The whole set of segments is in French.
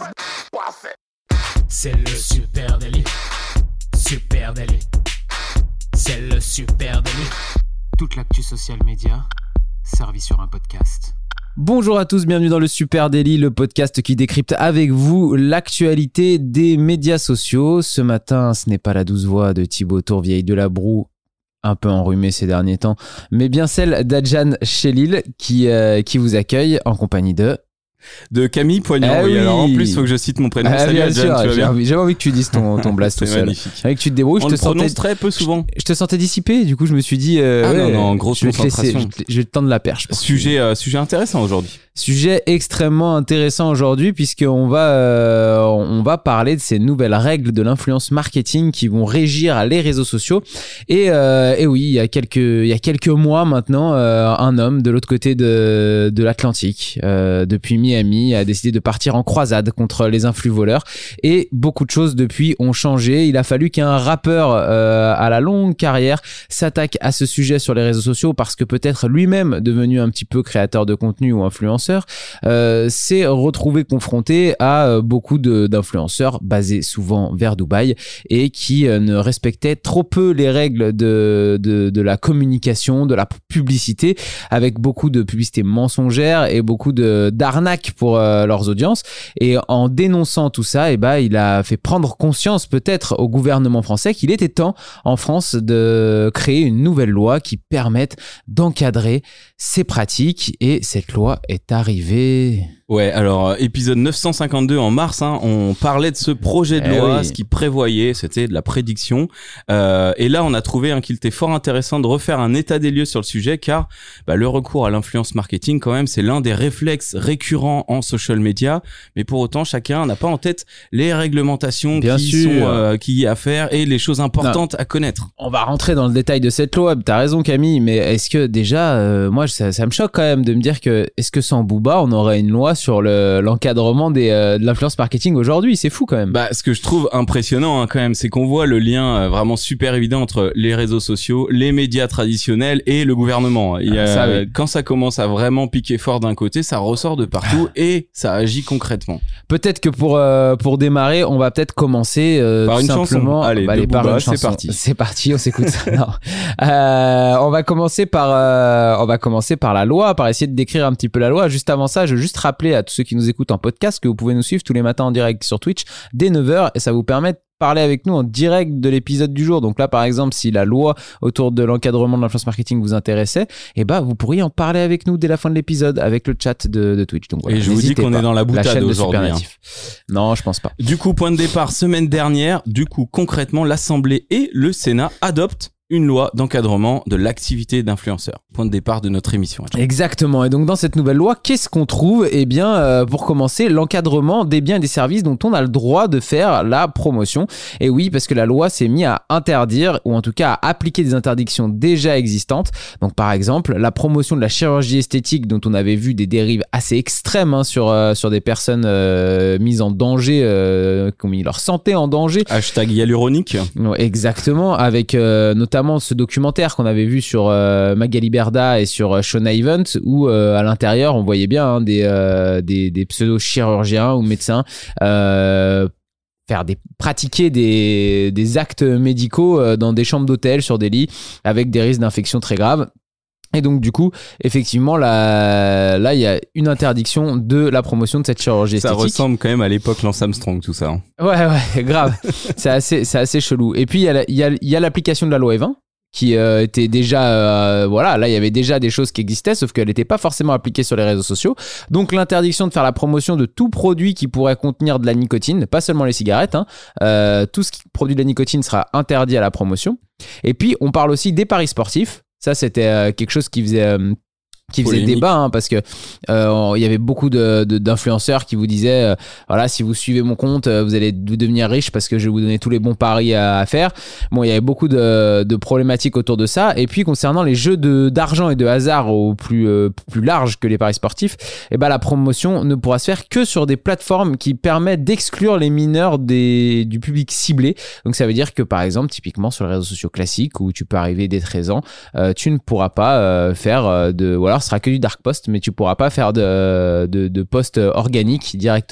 C'est le super délit. Super délit. C'est le super délit. Toute l'actu social média servie sur un podcast. Bonjour à tous, bienvenue dans le Super Daily, le podcast qui décrypte avec vous l'actualité des médias sociaux. Ce matin, ce n'est pas la douce voix de Thibaut Tourvieille de la Broue, un peu enrhumé ces derniers temps, mais bien celle d'Adjan Chélil qui vous accueille en compagnie de Camille Poignant. Ah oui. Alors en plus, il faut que je cite mon prénom. Salut bien Adjan, sûr, tu vas bien? j'avais envie que tu dises ton blast tout C'est seul. magnifique. Avec que tu te débrouilles, On le prononce très peu souvent. Je te sentais dissipé, du coup je me suis dit non, grosse je vais te laisser, concentration. je vais te tendre la perche. Sujet intéressant aujourd'hui. Sujet extrêmement intéressant aujourd'hui puisqu'on va parler de ces nouvelles règles de l'influence marketing qui vont régir les réseaux sociaux. Et oui, il y a quelques mois maintenant, un homme de l'autre côté de l'Atlantique, depuis Miami, a décidé de partir en croisade contre les influx voleurs. Et beaucoup de choses depuis ont changé. Il a fallu qu'un rappeur à la longue carrière s'attaque à ce sujet sur les réseaux sociaux parce que peut-être lui-même devenu un petit peu créateur de contenu ou influenceur, s'est retrouvé confronté à beaucoup d'influenceurs basés souvent vers Dubaï et qui ne respectaient trop peu les règles de la communication, de la publicité, avec beaucoup de publicité mensongère et beaucoup d'arnaques pour leurs audiences. Et en dénonçant tout ça, il a fait prendre conscience peut-être au gouvernement français qu'il était temps en France de créer une nouvelle loi qui permette d'encadrer ces pratiques, et cette loi est arrivée. Ouais, alors épisode 952 en mars, on parlait de ce projet de loi, oui. ce qui prévoyait, c'était de la prédiction. Et là, on a trouvé qu'il était fort intéressant de refaire un état des lieux sur le sujet, car le recours à l'influence marketing, quand même, c'est l'un des réflexes récurrents en social media. Mais pour autant, chacun n'a pas en tête les réglementations qui y a à faire et les choses importantes à connaître. On va rentrer dans le détail de cette loi. T'as raison, Camille, mais est-ce que déjà, moi, ça me choque quand même de me dire que est-ce que sans Booba, on aurait une loi sur l'encadrement de l'influence marketing aujourd'hui? C'est fou quand même. Ce que je trouve impressionnant quand même, c'est qu'on voit le lien vraiment super évident entre les réseaux sociaux, les médias traditionnels et le gouvernement. Quand ça commence à vraiment piquer fort d'un côté, ça ressort de partout et ça agit concrètement. Peut-être que pour démarrer, on va peut-être commencer par une simplement. chanson. Allez, de Booba, c'est parti. C'est parti, on s'écoute ça. Non. On va commencer par la loi, par essayer de décrire un petit peu la loi. Juste avant ça, je veux juste rappeler à tous ceux qui nous écoutent en podcast que vous pouvez nous suivre tous les matins en direct sur Twitch dès 9h, et ça vous permet de parler avec nous en direct de l'épisode du jour. Donc là, par exemple, si la loi autour de l'encadrement de l'influence marketing vous intéressait, vous pourriez en parler avec nous dès la fin de l'épisode avec le chat de Twitch. Donc voilà, et je vous dis qu'on est dans la boutade aujourd'hui. Non, je pense pas. Du coup, point de départ, semaine dernière, concrètement, l'Assemblée et le Sénat adoptent une loi d'encadrement de l'activité d'influenceur. Point de départ de notre émission. Exactement. Et donc, dans cette nouvelle loi, qu'est-ce qu'on trouve ? Pour commencer, l'encadrement des biens et des services dont on a le droit de faire la promotion. Et oui, parce que la loi s'est mise à interdire, ou en tout cas à appliquer des interdictions déjà existantes. Donc, par exemple, la promotion de la chirurgie esthétique, dont on avait vu des dérives assez extrêmes sur des personnes mises en danger, qui ont mis leur santé en danger. #hyaluronique. Exactement, avec notamment ce documentaire qu'on avait vu sur Magali Berda et sur Shona Evans, où à l'intérieur on voyait bien des pseudo-chirurgiens ou médecins pratiquer des actes médicaux dans des chambres d'hôtel, sur des lits, avec des risques d'infection très graves. Et donc du coup, effectivement, là, il y a une interdiction de la promotion de cette chirurgie esthétique. Ça ressemble quand même à l'époque Lance Armstrong, tout ça. Ouais, grave. C'est assez chelou. Et puis il y a l'application de la loi Evin, qui était déjà là il y avait déjà des choses qui existaient, sauf qu'elle n'était pas forcément appliquée sur les réseaux sociaux. Donc l'interdiction de faire la promotion de tout produit qui pourrait contenir de la nicotine, pas seulement les cigarettes, tout ce qui produit de la nicotine sera interdit à la promotion. Et puis on parle aussi des paris sportifs. Ça, c'était quelque chose qui faisait débat, parce que il y avait beaucoup d'influenceurs qui vous disaient si vous suivez mon compte, vous allez devenir riche parce que je vais vous donner tous les bons paris à faire. Bon, il y avait beaucoup de problématiques autour de ça. Et puis concernant les jeux d'argent et de hasard au plus large que les paris sportifs, la promotion ne pourra se faire que sur des plateformes qui permettent d'exclure les mineurs du public ciblé. Donc ça veut dire que par exemple, typiquement sur les réseaux sociaux classiques où tu peux arriver dès 13 ans, tu ne pourras pas faire ce sera que du dark post, mais tu pourras pas faire de post organique directement.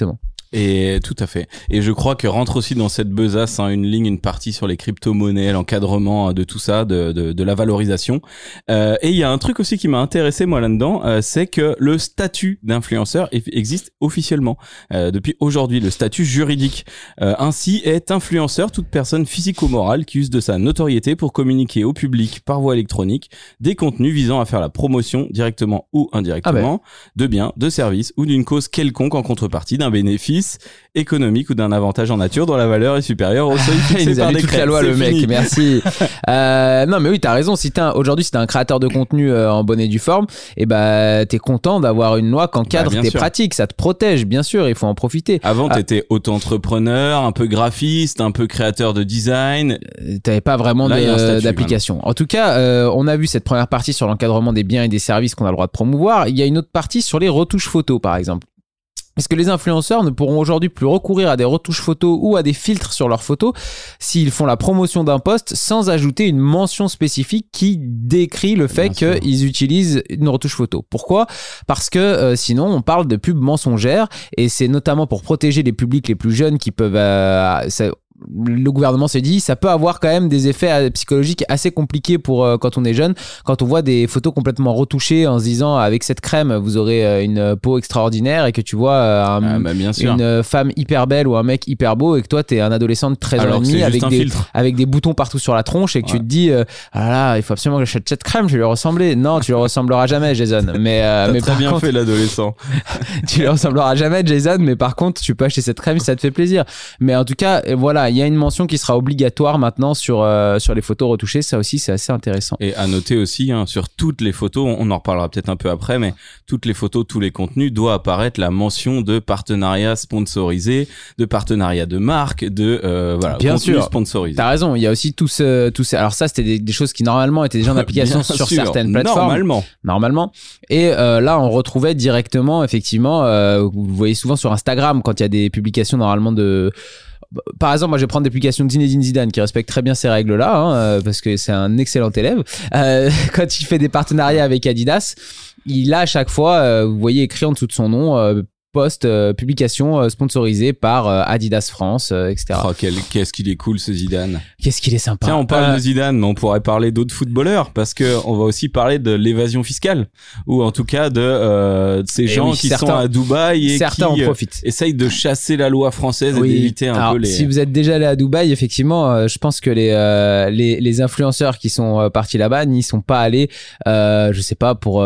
Et tout à fait. Et je crois que rentre aussi dans cette besace une partie sur les crypto-monnaies, l'encadrement de tout ça, de la valorisation. Et il y a un truc aussi qui m'a intéressé moi là-dedans, c'est que le statut d'influenceur existe officiellement depuis aujourd'hui, le statut juridique. Ainsi est influenceur toute personne physique ou morale qui use de sa notoriété pour communiquer au public par voie électronique des contenus visant à faire la promotion directement ou indirectement de biens, de services ou d'une cause quelconque en contrepartie d'un bénéfice économique ou d'un avantage en nature dont la valeur est supérieure au seuil fixé par décret. Toute la loi, le mec. Fini. Merci. Non, mais oui, t'as raison. Aujourd'hui, si t'es un créateur de contenu en bonne et due forme, et t'es content d'avoir une loi qui encadre tes pratiques. Ça te protège, bien sûr. Il faut en profiter. Avant, t'étais auto-entrepreneur, un peu graphiste, un peu créateur de design. T'avais pas vraiment d'application. En tout cas, on a vu cette première partie sur l'encadrement des biens et des services qu'on a le droit de promouvoir. Il y a une autre partie sur les retouches photos, par exemple. Parce que les influenceurs ne pourront aujourd'hui plus recourir à des retouches photos ou à des filtres sur leurs photos s'ils font la promotion d'un post sans ajouter une mention spécifique qui décrit le fait qu'ils utilisent une retouche photo. Pourquoi ? Parce que sinon on parle de pub mensongère et c'est notamment pour protéger les publics les plus jeunes qui peuvent... le gouvernement s'est dit ça peut avoir quand même des effets psychologiques assez compliqués pour quand on est jeune, quand on voit des photos complètement retouchées en se disant avec cette crème vous aurez une peau extraordinaire et que tu vois une femme hyper belle ou un mec hyper beau et que toi t'es un adolescent de 13 ans et demi avec des boutons partout sur la tronche et que tu te dis ah là il faut absolument que j'achète cette crème, je vais lui ressembler. Non, tu lui ressembleras jamais, Jason. Mais très bien fait l'adolescent. Tu lui ressembleras jamais, Jason, mais par contre tu peux acheter cette crème si ça te fait plaisir. Mais en tout cas voilà, il y a une mention qui sera obligatoire maintenant sur les photos retouchées. Ça aussi, c'est assez intéressant. Et à noter aussi, sur toutes les photos, on en reparlera peut-être un peu après, mais toutes les photos, tous les contenus, doit apparaître la mention de partenariat sponsorisé, de partenariat de marque, de bien contenu sûr sponsorisé. T'as raison. Il y a aussi tout ce. Alors ça, c'était des choses qui normalement étaient déjà en application sur certaines plateformes. Normalement. Et là, on retrouvait directement, effectivement, vous voyez souvent sur Instagram quand il y a des publications normalement de. Par exemple, moi je vais prendre des publications de Zinedine Zidane qui respecte très bien ces règles-là, parce que c'est un excellent élève. Quand il fait des partenariats avec Adidas, il a à chaque fois, vous voyez écrit en dessous de son nom, publication sponsorisée par Adidas France, etc. Oh, qu'est-ce qu'il est cool ce Zidane. Qu'est-ce qu'il est sympa. Tiens, on parle de Zidane, mais on pourrait parler d'autres footballeurs parce que on va aussi parler de l'évasion fiscale ou en tout cas de ces gens qui sont à Dubaï et certains qui en profitent. Essayent de chasser la loi française et d'éviter un peu les... Si vous êtes déjà allé à Dubaï, effectivement, je pense que les influenceurs qui sont partis là-bas n'y sont pas allés, je sais pas, pour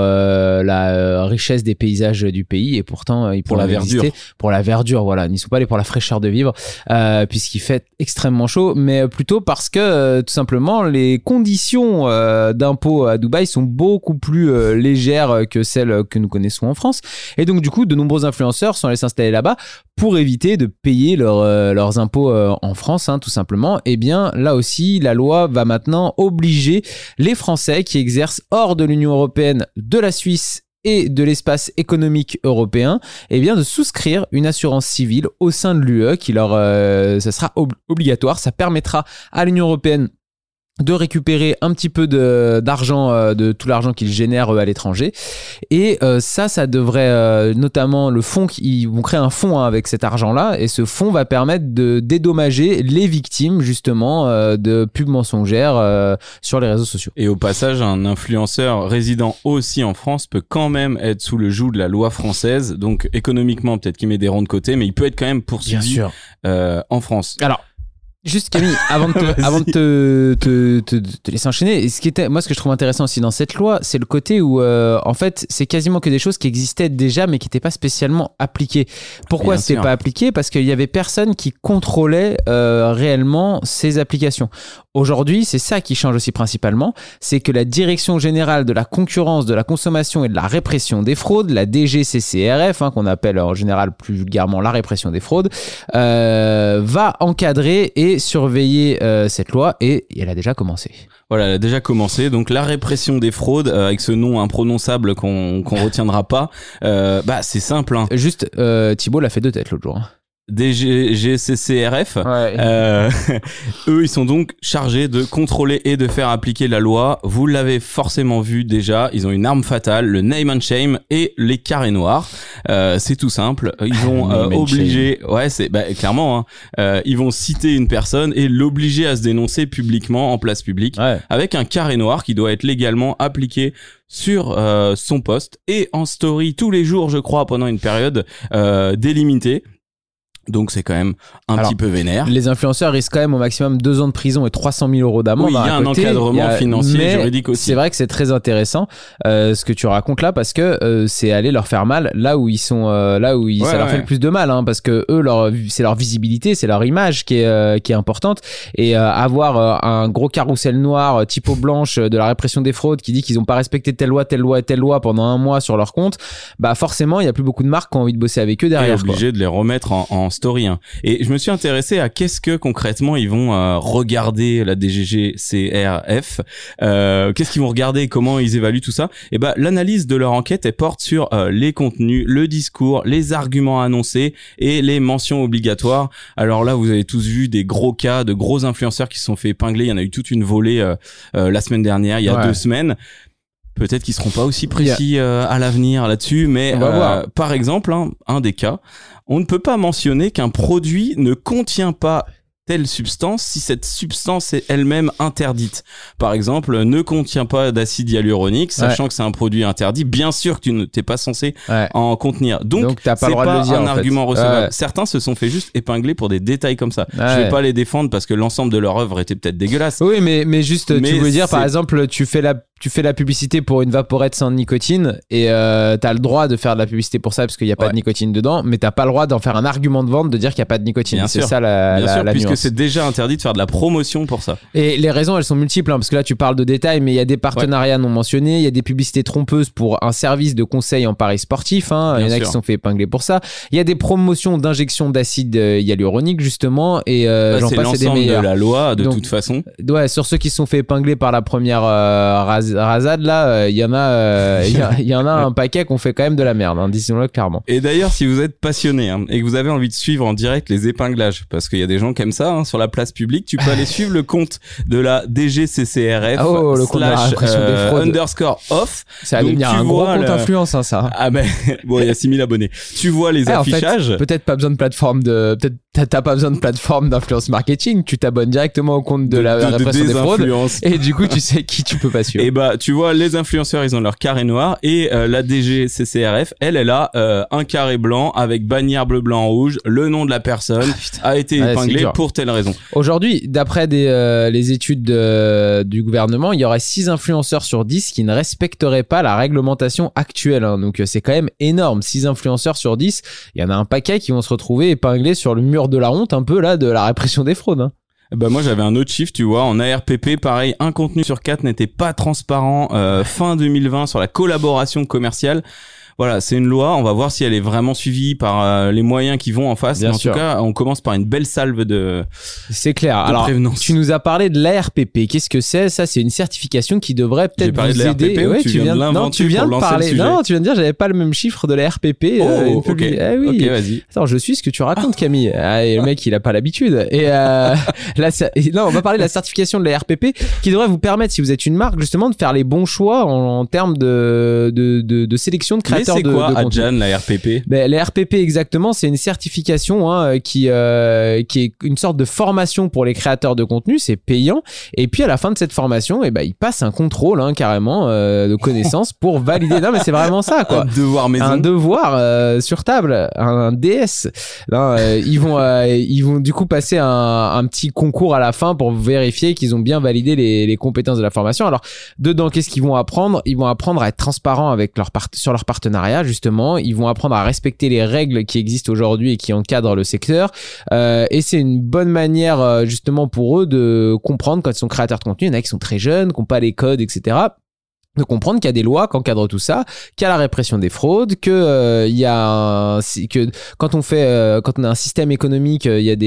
la richesse des paysages du pays et pourtant ils pour la verdure. Pour la verdure, voilà. Ils n'y sont pas allés pour la fraîcheur de vivre, puisqu'il fait extrêmement chaud, mais plutôt parce que tout simplement les conditions d'impôt à Dubaï sont beaucoup plus légères que celles que nous connaissons en France. Et donc du coup, de nombreux influenceurs sont allés s'installer là-bas pour éviter de payer leurs impôts en France, tout simplement. Et bien là aussi, la loi va maintenant obliger les Français qui exercent hors de l'Union européenne, de la Suisse et de l'espace économique européen, eh bien de souscrire une assurance civile au sein de l'UE qui ça sera obligatoire. Ça permettra à l'Union européenne de récupérer un petit peu d'argent, de tout l'argent qu'ils génèrent à l'étranger. Et ça devrait, notamment le fonds, ils vont créer un fonds avec cet argent-là, et ce fonds va permettre de dédommager les victimes justement de pubs mensongères sur les réseaux sociaux. Et au passage, un influenceur résidant aussi en France peut quand même être sous le joug de la loi française, donc économiquement peut-être qu'il met des ronds de côté, mais il peut être quand même poursuivi en France. Alors, juste Camille, avant de te laisser enchaîner, ce que je trouve intéressant aussi dans cette loi, c'est le côté où en fait c'est quasiment que des choses qui existaient déjà mais qui n'étaient pas spécialement appliquées. Pourquoi c'était pas appliqué ? Parce qu'il y avait personne qui contrôlait réellement ces applications. Aujourd'hui, c'est ça qui change aussi principalement, c'est que la Direction générale de la concurrence, de la consommation et de la répression des fraudes, la DGCCRF, qu'on appelle en général plus vulgairement la répression des fraudes, va encadrer et surveiller cette loi, et elle a déjà commencé. Voilà, elle a déjà commencé. Donc la répression des fraudes, avec ce nom imprononçable qu'on retiendra pas, c'est simple. Juste, Thibaut l'a fait 2 têtes l'autre jour. DGCCRF, eux ils sont donc chargés de contrôler et de faire appliquer la loi. Vous l'avez forcément vu déjà, ils ont une arme fatale, le name and shame et les carrés noirs. C'est tout simple, ils vont obliger, c'est clairement ils vont citer une personne et l'obliger à se dénoncer publiquement en place publique avec un carré noir qui doit être légalement appliqué sur son post et en story tous les jours, je crois, pendant une période délimitée. Donc c'est quand même un petit peu vénère. Les influenceurs risquent quand même au maximum 2 ans de prison et 300 000 euros d'amende. Oui, il y a un encadrement financier et juridique aussi. C'est vrai que c'est très intéressant ce que tu racontes là, parce que c'est aller leur faire mal là où ils sont, ça leur fait le plus de mal, parce que eux, c'est leur visibilité, c'est leur image qui est importante. Et avoir un gros carrousel noir typo blanche de la répression des fraudes qui dit qu'ils n'ont pas respecté telle loi et telle loi pendant un mois sur leur compte, forcément il y a plus beaucoup de marques qui ont envie de bosser avec eux derrière. Et obligé de les remettre en story. Et je me suis intéressé à qu'est-ce que concrètement ils vont regarder, la DGCRF, qu'est-ce qu'ils vont regarder, comment ils évaluent tout ça. Et l'analyse de leur enquête, elle porte sur les contenus, le discours, les arguments annoncés et les mentions obligatoires. Alors là, vous avez tous vu des gros cas de gros influenceurs qui se sont fait épingler. Il y en a eu toute une volée la semaine dernière, il y a 2 semaines. Peut-être qu'ils seront pas aussi précis à l'avenir là-dessus, mais par exemple, un des cas, on ne peut pas mentionner qu'un produit ne contient pas telle substance si cette substance est elle-même interdite. Par exemple, ne contient pas d'acide hyaluronique, sachant que c'est un produit interdit. Bien sûr que tu n'es pas censé en contenir. Donc t'as pas le droit de le dire, un argument recevable. Certains se sont fait juste épingler pour des détails comme ça. Je vais pas les défendre parce que l'ensemble de leur œuvre était peut-être dégueulasse. Oui, mais juste, tu veux dire, par exemple, tu fais la publicité pour une Vaporette sans nicotine et t'as le droit de faire de la publicité pour ça parce qu'il n'y a pas de nicotine dedans, mais t'as pas le droit d'en faire un argument de vente de dire qu'il n'y a pas de nicotine. Bien c'est sûr. Ça la puisque nuance. C'est déjà interdit de faire de la promotion pour ça. Et les raisons, elles sont multiples, parce que là tu parles de détails, mais il y a des partenariats non mentionnés, il y a des publicités trompeuses pour un service de conseil en paris sportif, il y en a qui se sont fait épingler pour ça. Il y a des promotions d'injection d'acide hyaluronique justement, et j'en passe, c'est des meilleurs. De la loi de toute façon. Ouais, sur ceux qui se sont fait épingler par la première rasade là, il y en a un paquet qu'on fait quand même de la merde, disons-le clairement. Et d'ailleurs, si vous êtes passionné et que vous avez envie de suivre en direct les épinglages, parce qu'il y a des gens qui aiment ça sur la place publique, tu peux aller suivre le compte de la DGCCRF /_off. Ça va devenir un gros compte influence, ça. Ah ben bon, il y a 6000 abonnés. Tu vois les affichages. En fait, peut-être pas besoin de plateforme peut-être t'as pas besoin de plateforme d'influence marketing, tu t'abonnes directement au compte de la répression des fraudes et du coup tu sais qui tu peux pas suivre. Et tu vois, les influenceurs, ils ont leur carré noir et la DGCCRF, elle a un carré blanc avec bannière bleu blanc rouge, le nom de la personne a été épinglé pour telle raison. Aujourd'hui, d'après les études du gouvernement, il y aurait 6 influenceurs sur 10 qui ne respecteraient pas la réglementation actuelle, donc c'est quand même énorme. 6 influenceurs sur 10, il y en a un paquet qui vont se retrouver épinglés sur le mur de la honte, un peu là, de la répression des fraudes. Moi j'avais un autre chiffre, tu vois, en ARPP, pareil, un contenu sur 4 n'était pas transparent fin 2020 sur la collaboration commerciale. Voilà, c'est une loi, on va voir si elle est vraiment suivie par les moyens qui vont en face. Mais en tout cas, on commence par une belle salve de C'est clair. Alors, tu nous as parlé de l'ARPP. Qu'est-ce que c'est ? Ça, c'est une certification qui devrait peut-être vous aider. Ouais, tu viens de l'inventer tu viens pour de lancer parler. le sujet. Non, tu viens de dire j'avais pas le même chiffre de l'ARPP. Ok, vas-y. Attends, je suis ce que tu racontes, Camille. Et le mec, il a pas l'habitude. Et non, on va parler de la certification de l'ARPP qui devrait vous permettre, si vous êtes une marque, justement, de faire les bons choix en termes de sélection de créateurs. C'est quoi, Adjan, la RPP ? La RPP, exactement, c'est une certification qui est une sorte de formation pour les créateurs de contenu, c'est payant. Et puis à la fin de cette formation, ils passent un contrôle carrément de connaissances pour valider. Non, mais c'est vraiment ça, quoi. Un devoir maison. Un devoir sur table, un DS. Non, ils vont du coup passer un petit concours à la fin pour vérifier qu'ils ont bien validé les compétences de la formation. Alors dedans, qu'est-ce qu'ils vont apprendre ? Ils vont apprendre à être transparents avec sur leur partenariat. Justement, ils vont apprendre à respecter les règles qui existent aujourd'hui et qui encadrent le secteur, et c'est une bonne manière justement pour eux de comprendre quand ils sont créateurs de contenu. Il y en a qui sont très jeunes, qui n'ont pas les codes, etc. de comprendre qu'il y a des lois qui encadrent tout ça, qu'il y a la répression des fraudes, que il y a que quand on a un système économique, il y a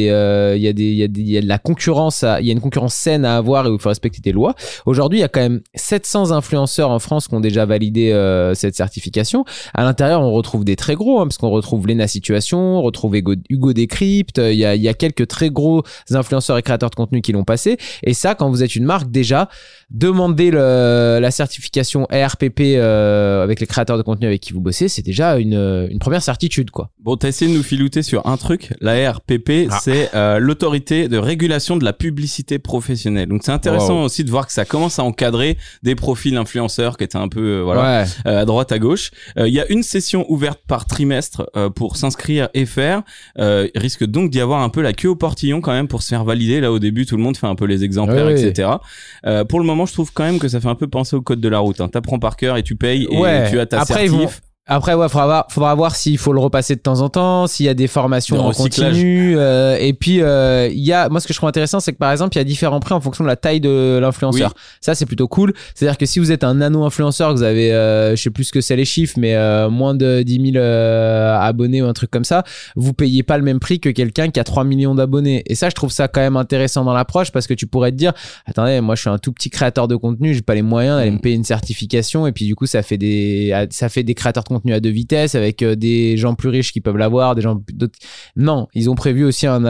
de la concurrence, il y a une concurrence saine à avoir et où il faut respecter des lois. Aujourd'hui, il y a quand même 700 influenceurs en France qui ont déjà validé cette certification. À l'intérieur, on retrouve des très gros, parce qu'on retrouve Lena Situation, on retrouve Hugo Décrypte, il y a quelques très gros influenceurs et créateurs de contenu qui l'ont passé. Et ça, quand vous êtes une marque, déjà, demandez la certification ARPP avec les créateurs de contenu avec qui vous bossez, c'est déjà une première certitude, quoi. Bon, t'as essayé de nous filouter sur un truc. La ARPP, c'est l'autorité de régulation de la publicité professionnelle. Donc c'est intéressant aussi de voir que ça commence à encadrer des profils influenceurs qui étaient un peu à droite à gauche. Il y a une session ouverte par trimestre pour s'inscrire et faire. Risque donc d'y avoir un peu la queue au portillon quand même pour se faire valider. Là au début, tout le monde fait un peu les exemplaires, etc. Pour le moment, je trouve quand même que ça fait un peu penser au code de la route. T'apprends par cœur et tu payes et tu as ta certif. Après, faudra voir s'il faut le repasser de temps en temps, s'il y a des formations en continu. Et puis, moi, ce que je trouve intéressant, c'est que par exemple, il y a différents prix en fonction de la taille de l'influenceur. Oui. Ça, c'est plutôt cool. C'est-à-dire que si vous êtes un nano-influenceur, que vous avez, je sais plus ce que c'est les chiffres, mais moins de 10 000 abonnés ou un truc comme ça, vous payez pas le même prix que quelqu'un qui a 3 millions d'abonnés. Et ça, je trouve ça quand même intéressant dans l'approche parce que tu pourrais te dire, attendez, moi, je suis un tout petit créateur de contenu, j'ai pas les moyens d'aller me payer une certification. Et puis, du coup, ça fait des créateurs de contenu à deux vitesses avec des gens plus riches qui peuvent l'avoir, des gens d'autres. Non, ils ont prévu aussi une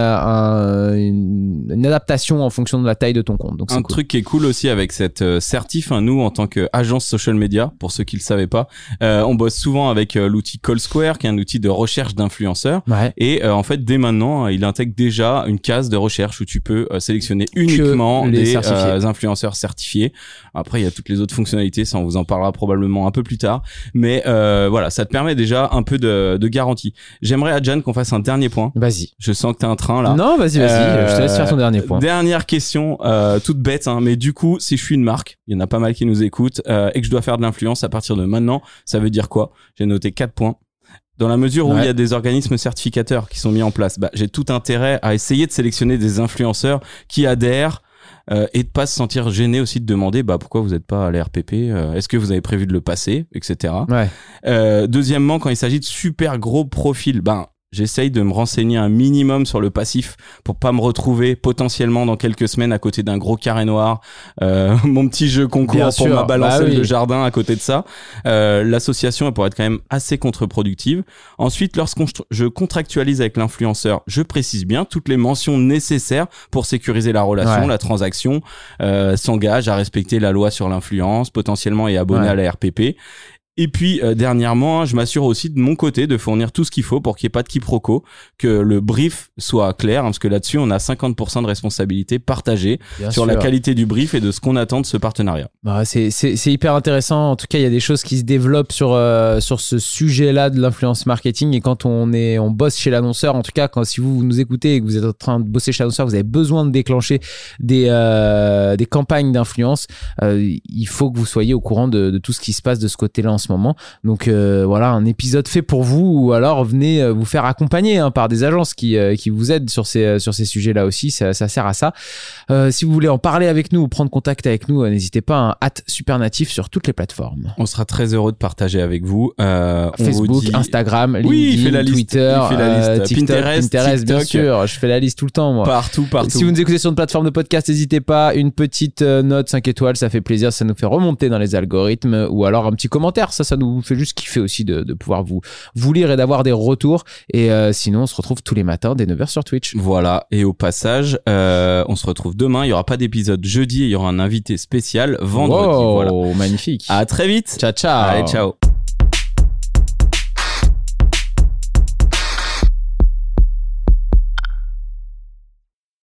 adaptation en fonction de la taille de ton compte. Donc, un truc qui est cool aussi avec cette certif, nous en tant qu'agence social media, pour ceux qui le savaient pas, on bosse souvent avec l'outil CallSquare, qui est un outil de recherche d'influenceurs. Ouais. Et en fait, dès maintenant, il intègre déjà une case de recherche où tu peux sélectionner uniquement des influenceurs certifiés. Après, il y a toutes les autres fonctionnalités, ça on vous en parlera probablement un peu plus tard. Mais voilà, ça te permet déjà un peu de garantie. J'aimerais, Adjan, qu'on fasse un dernier point. Vas-y. Je sens que t'as un train là. Non, vas-y, je te laisse faire ton dernier point. Dernière question, toute bête, mais du coup, si je suis une marque, il y en a pas mal qui nous écoutent, et que je dois faire de l'influence à partir de maintenant, ça veut dire quoi? J'ai noté 4 points. Dans la mesure où il y a des organismes certificateurs qui sont mis en place, j'ai tout intérêt à essayer de sélectionner des influenceurs qui adhèrent et de pas se sentir gêné aussi de demander pourquoi vous n'êtes pas à l'ARPP, est-ce que vous avez prévu de le passer, etc. Deuxièmement, quand il s'agit de super gros profils, j'essaye de me renseigner un minimum sur le passif pour pas me retrouver potentiellement dans quelques semaines à côté d'un gros carré noir, mon petit jeu concours pour ma balancelle de jardin à côté de ça. L'association elle pourrait être quand même assez contre-productive. Ensuite, je contractualise avec l'influenceur, je précise bien toutes les mentions nécessaires pour sécuriser la relation, la transaction, s'engage à respecter la loi sur l'influence, potentiellement est abonné à la RPP. Et puis, dernièrement, je m'assure aussi de mon côté de fournir tout ce qu'il faut pour qu'il n'y ait pas de quiproquo, que le brief soit clair, parce que là-dessus, on a 50% de responsabilité partagée sur la qualité du brief et de ce qu'on attend de ce partenariat. C'est hyper intéressant. En tout cas, il y a des choses qui se développent sur ce sujet-là de l'influence marketing. Et quand on bosse chez l'annonceur, en tout cas, si vous nous écoutez et que vous êtes en train de bosser chez l'annonceur, vous avez besoin de déclencher des campagnes d'influence. Il faut que vous soyez au courant de tout ce qui se passe de ce côté-là en ce moment. Donc voilà, un épisode fait pour vous, ou alors venez vous faire accompagner par des agences qui vous aident sur ces sujets-là aussi, ça sert à ça. Si vous voulez en parler avec nous ou prendre contact avec nous, n'hésitez pas à @supernatif sur toutes les plateformes. On sera très heureux de partager avec vous. Facebook, Instagram, LinkedIn, Twitter, TikTok, Pinterest, bien sûr. Je fais la liste tout le temps, moi. Partout. Si vous nous écoutez sur une plateforme de podcast, n'hésitez pas, une petite note 5 étoiles, ça fait plaisir, ça nous fait remonter dans les algorithmes, ou alors un petit commentaire, ça nous fait juste kiffer aussi de pouvoir vous lire et d'avoir des retours. Et sinon, on se retrouve tous les matins dès 9h sur Twitch. Voilà, et au passage, on se retrouve demain, il y aura pas d'épisode jeudi, il y aura un invité spécial vendredi. Voilà. Magnifique. À très vite. Ciao. Allez, ciao.